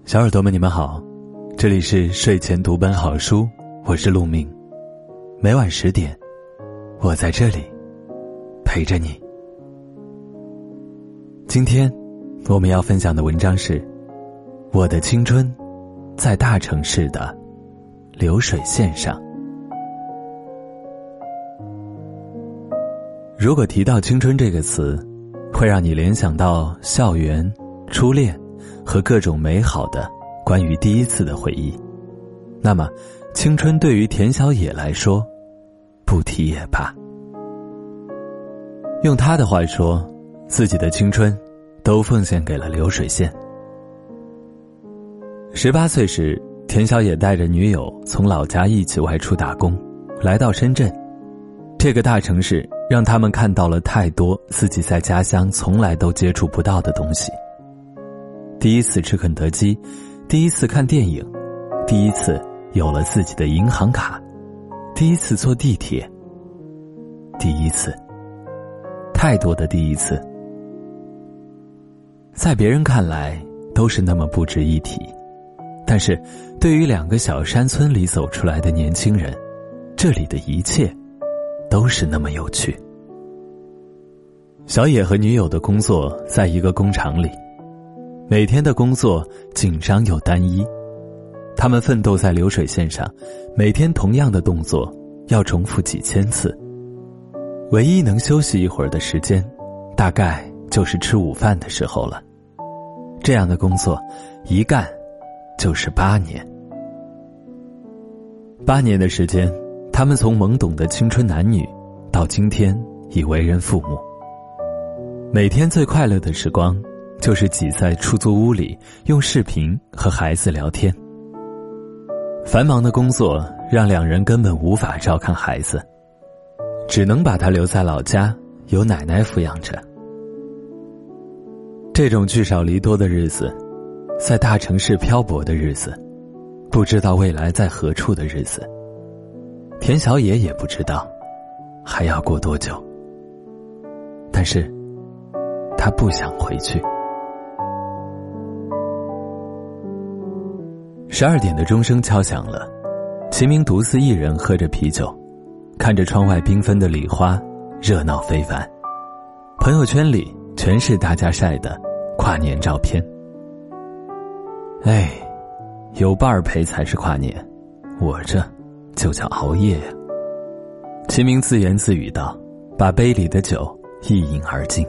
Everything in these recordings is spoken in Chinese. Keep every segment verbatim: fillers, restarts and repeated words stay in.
小耳朵们你们好，这里是睡前读本好书，我是陆明。每晚十点，我在这里陪着你。今天我们要分享的文章是我的青春在大城市的流水线上。如果提到青春这个词，会让你联想到校园、初恋和各种美好的关于第一次的回忆。那么青春对于田小野来说，不提也罢。用他的话说，自己的青春都奉献给了流水线。十八岁时，田小野带着女友从老家一起外出打工，来到深圳。这个大城市让他们看到了太多自己在家乡从来都接触不到的东西。第一次吃肯德基，第一次看电影，第一次有了自己的银行卡，第一次坐地铁，第一次，太多的第一次，在别人看来都是那么不值一提，但是对于两个小山村里走出来的年轻人，这里的一切都是那么有趣。小野和女友的工作在一个工厂里，每天的工作紧张又单一，他们奋斗在流水线上，每天同样的动作要重复几千次，唯一能休息一会儿的时间大概就是吃午饭的时候了。这样的工作一干就是八年。八年的时间，他们从懵懂的青春男女到今天已为人父母。每天最快乐的时光就是挤在出租屋里用视频和孩子聊天。繁忙的工作让两人根本无法照看孩子，只能把他留在老家，由奶奶抚养着。这种聚少离多的日子，在大城市漂泊的日子，不知道未来在何处的日子，田小野也不知道还要过多久。但是他不想回去。十二点的钟声敲响了，齐明独自一人喝着啤酒，看着窗外缤纷的礼花，热闹非凡。朋友圈里全是大家晒的跨年照片。哎，有伴儿陪才是跨年，我这就叫熬夜呀。齐明自言自语道，把杯里的酒一饮而尽。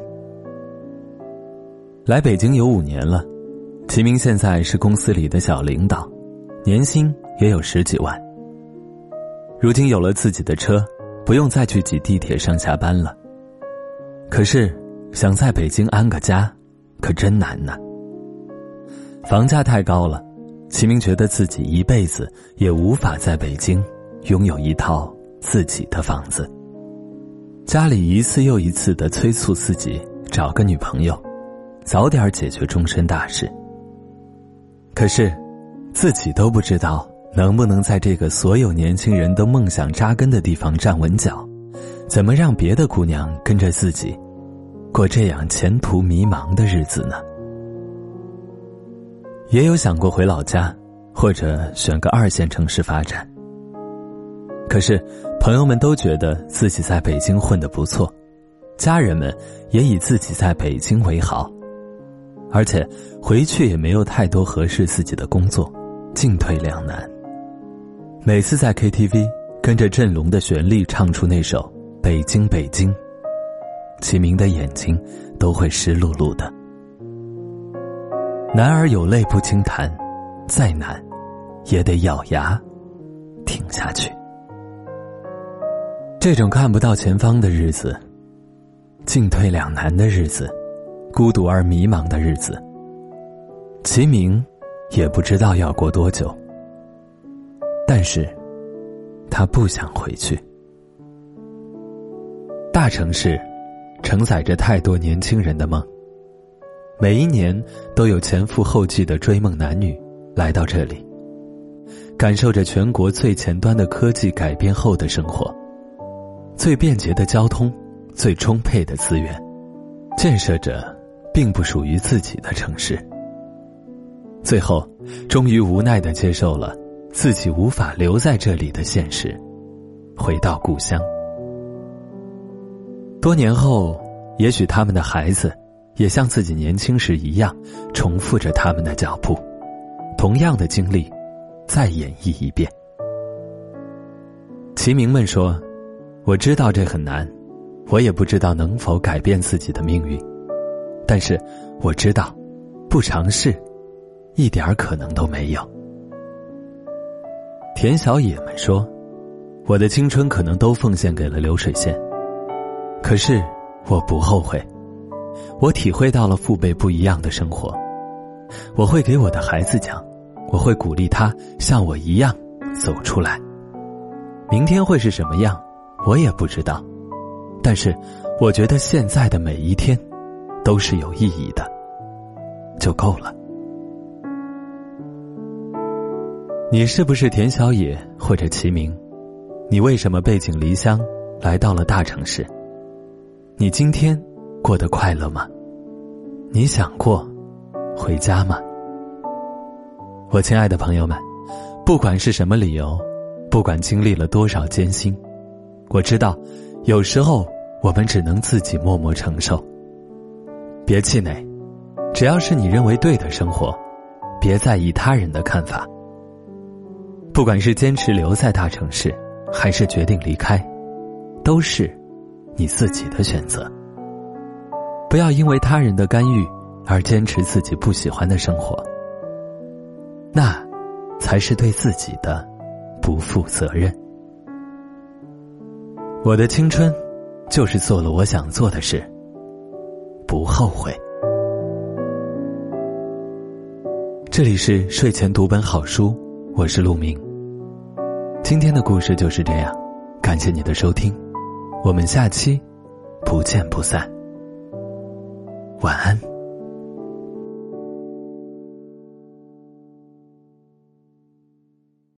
来北京有五年了，齐明现在是公司里的小领导，年薪也有十几万。如今有了自己的车，不用再去挤地铁上下班了。可是想在北京安个家，可真难呐。房价太高了，齐明觉得自己一辈子也无法在北京拥有一套自己的房子。家里一次又一次地催促自己找个女朋友，早点解决终身大事。可是自己都不知道能不能在这个所有年轻人都梦想扎根的地方站稳脚，怎么让别的姑娘跟着自己过这样前途迷茫的日子呢？也有想过回老家，或者选个二线城市发展。可是朋友们都觉得自己在北京混得不错，家人们也以自己在北京为豪，而且回去也没有太多合适自己的工作，进退两难。每次在 K T V 跟着振聋的旋律唱出那首《北京北京》，齐明的眼睛都会湿漉漉的。男儿有泪不轻弹，再难也得咬牙挺下去。这种看不到前方的日子，进退两难的日子，孤独而迷茫的日子，齐明也不知道要过多久。但是他不想回去。大城市承载着太多年轻人的梦，每一年都有前赴后继的追梦男女来到这里，感受着全国最前端的科技改变后的生活，最便捷的交通，最充沛的资源，建设着并不属于自己的城市。 最后终于无奈地接受了自己无法留在这里的现实，回到故乡。多年后，也许他们的孩子也像自己年轻时一样，重复着他们的脚步，同样的经历再演绎一遍。齐明们说，我知道这很难，我也不知道能否改变自己的命运，但是我知道不尝试一点可能都没有。田小野们说，我的青春可能都奉献给了流水线，可是我不后悔，我体会到了父辈不一样的生活。我会给我的孩子讲，我会鼓励他像我一样走出来。明天会是什么样，我也不知道，但是我觉得现在的每一天都是有意义的，就够了。你是不是田小野或者齐明？你为什么背井离乡来到了大城市？你今天过得快乐吗？你想过回家吗？我亲爱的朋友们，不管是什么理由，不管经历了多少艰辛，我知道有时候我们只能自己默默承受。别气馁，只要是你认为对的生活，别在意他人的看法。不管是坚持留在大城市，还是决定离开，都是你自己的选择。不要因为他人的干预而坚持自己不喜欢的生活，那才是对自己的不负责任。我的青春就是做了我想做的事，不后悔。这里是睡前读本好书，我是陆明。今天的故事就是这样，感谢你的收听，我们下期不见不散。晚安。